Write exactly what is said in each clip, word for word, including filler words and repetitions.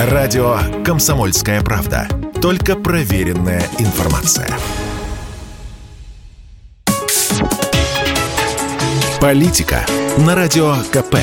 Радио «Комсомольская правда». Только проверенная информация. Политика на Радио КП.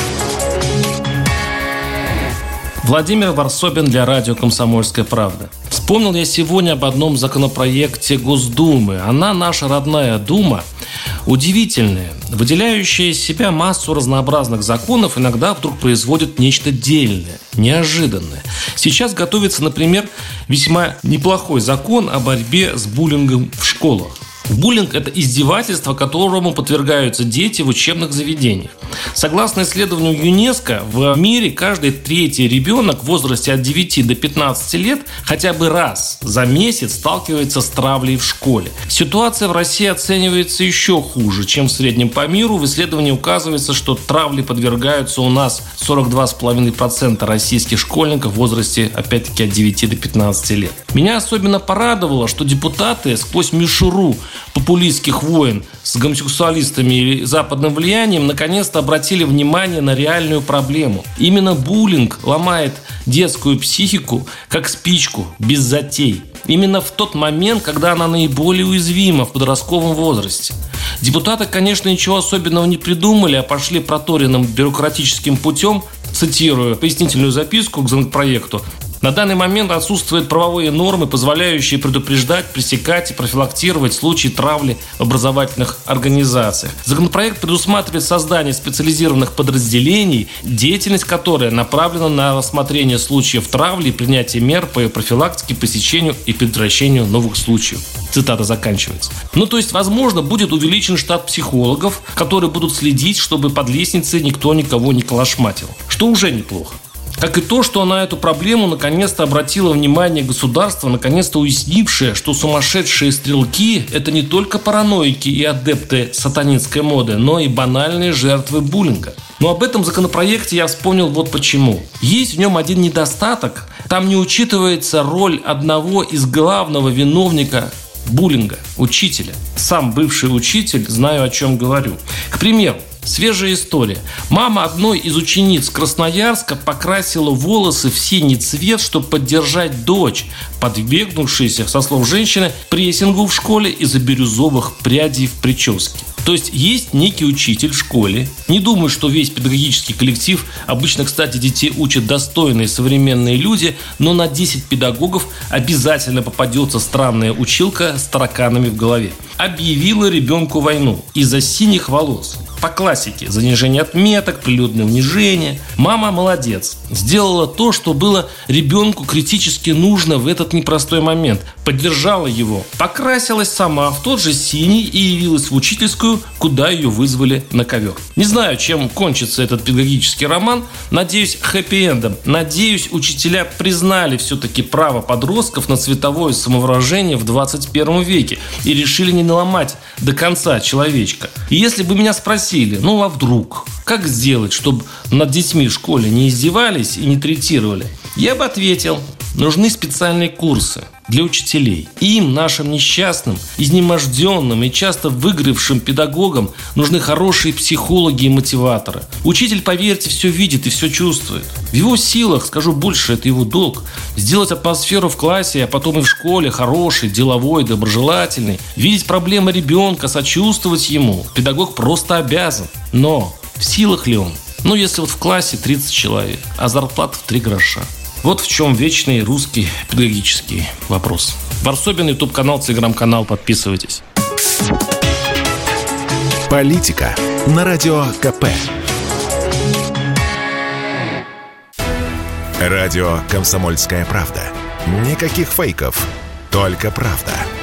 Владимир Варсобин для радио «Комсомольская правда». Вспомнил я сегодня об одном законопроекте Госдумы. Она, наша родная Дума, удивительная, выделяющая из себя массу разнообразных законов, иногда вдруг производит нечто дельное, неожиданное. Сейчас готовится, например, весьма неплохой закон о борьбе с буллингом в школах. Буллинг – это издевательство, которому подвергаются дети в учебных заведениях. Согласно исследованию ЮНЕСКО, в мире каждый третий ребенок в возрасте от девяти до пятнадцати лет хотя бы раз за месяц сталкивается с травлей в школе. Ситуация в России оценивается еще хуже, чем в среднем по миру. В исследовании указывается, что травле подвергаются у нас сорок два целых пять десятых процента российских школьников в возрасте, опять-таки, от девяти до пятнадцати лет. Меня особенно порадовало, что депутаты сквозь мишуру популистских войн с гомосексуалистами и западным влиянием наконец-то обратили внимание на реальную проблему. Именно буллинг ломает детскую психику, как спичку, без затей. Именно в тот момент, когда она наиболее уязвима в подростковом возрасте. Депутаты, конечно, ничего особенного не придумали, а пошли проторенным бюрократическим путем, цитирую пояснительную записку к законопроекту. На данный момент отсутствуют правовые нормы, позволяющие предупреждать, пресекать и профилактировать случаи травли в образовательных организациях. Законопроект предусматривает создание специализированных подразделений, деятельность которой направлена на рассмотрение случаев травли и принятие мер по профилактике, пресечению и предотвращению новых случаев. Цитата заканчивается. Ну, то есть, возможно, будет увеличен штат психологов, которые будут следить, чтобы под лестницей никто никого не калашматил. Что уже неплохо. Как и то, что на эту проблему наконец-то обратило внимание государство, наконец-то уяснившее, что сумасшедшие стрелки – это не только параноики и адепты сатанинской моды, но и банальные жертвы буллинга. Но об этом законопроекте я вспомнил вот почему. Есть в нем один недостаток. Там не учитывается роль одного из главного виновника буллинга – учителя. Сам бывший учитель, знаю, о чем говорю. К примеру, свежая история. Мама одной из учениц Красноярска покрасила волосы в синий цвет, чтобы поддержать дочь, подвергнувшуюся, со слов женщины, прессингу в школе из-за бирюзовых прядей в прическе. То есть есть некий учитель в школе. Не думаю, что весь педагогический коллектив, обычно, кстати, детей учат достойные современные люди, но на десять педагогов обязательно попадется странная училка с тараканами в голове. Объявила ребенку войну из-за синих волос. По классике: занижение отметок, прилюдное унижение. Мама молодец. Сделала то, что было ребенку критически нужно в этот непростой момент. Поддержала его. Покрасилась сама в тот же синий и явилась в учительскую, куда ее вызвали на ковер. Не знаю, чем кончится этот педагогический роман. Надеюсь, хэппи-эндом. Надеюсь, учителя признали все-таки право подростков на цветовое самовыражение в двадцать первом веке и решили не наломать до конца человечка. И если бы меня спросили, ну а вдруг, как сделать, чтобы над детьми в школе не издевались и не третировали, я бы ответил: нужны специальные курсы для учителей. Им, нашим несчастным, изнеможденным и часто выгоревшим педагогам, нужны хорошие психологи и мотиваторы. Учитель, поверьте, все видит и все чувствует. В его силах, скажу больше, это его долг, сделать атмосферу в классе, а потом и в школе хорошей, деловой, доброжелательной, видеть проблемы ребенка, сочувствовать ему. Педагог просто обязан. Но в силах ли он? Ну, если вот в классе тридцать человек, а зарплата в три гроша. Вот в чем вечный русский педагогический вопрос. Варсобин, ютуб-канал, телеграм-канал. Подписывайтесь. Политика на Радио КП. Радио «Комсомольская правда». Никаких фейков, только правда.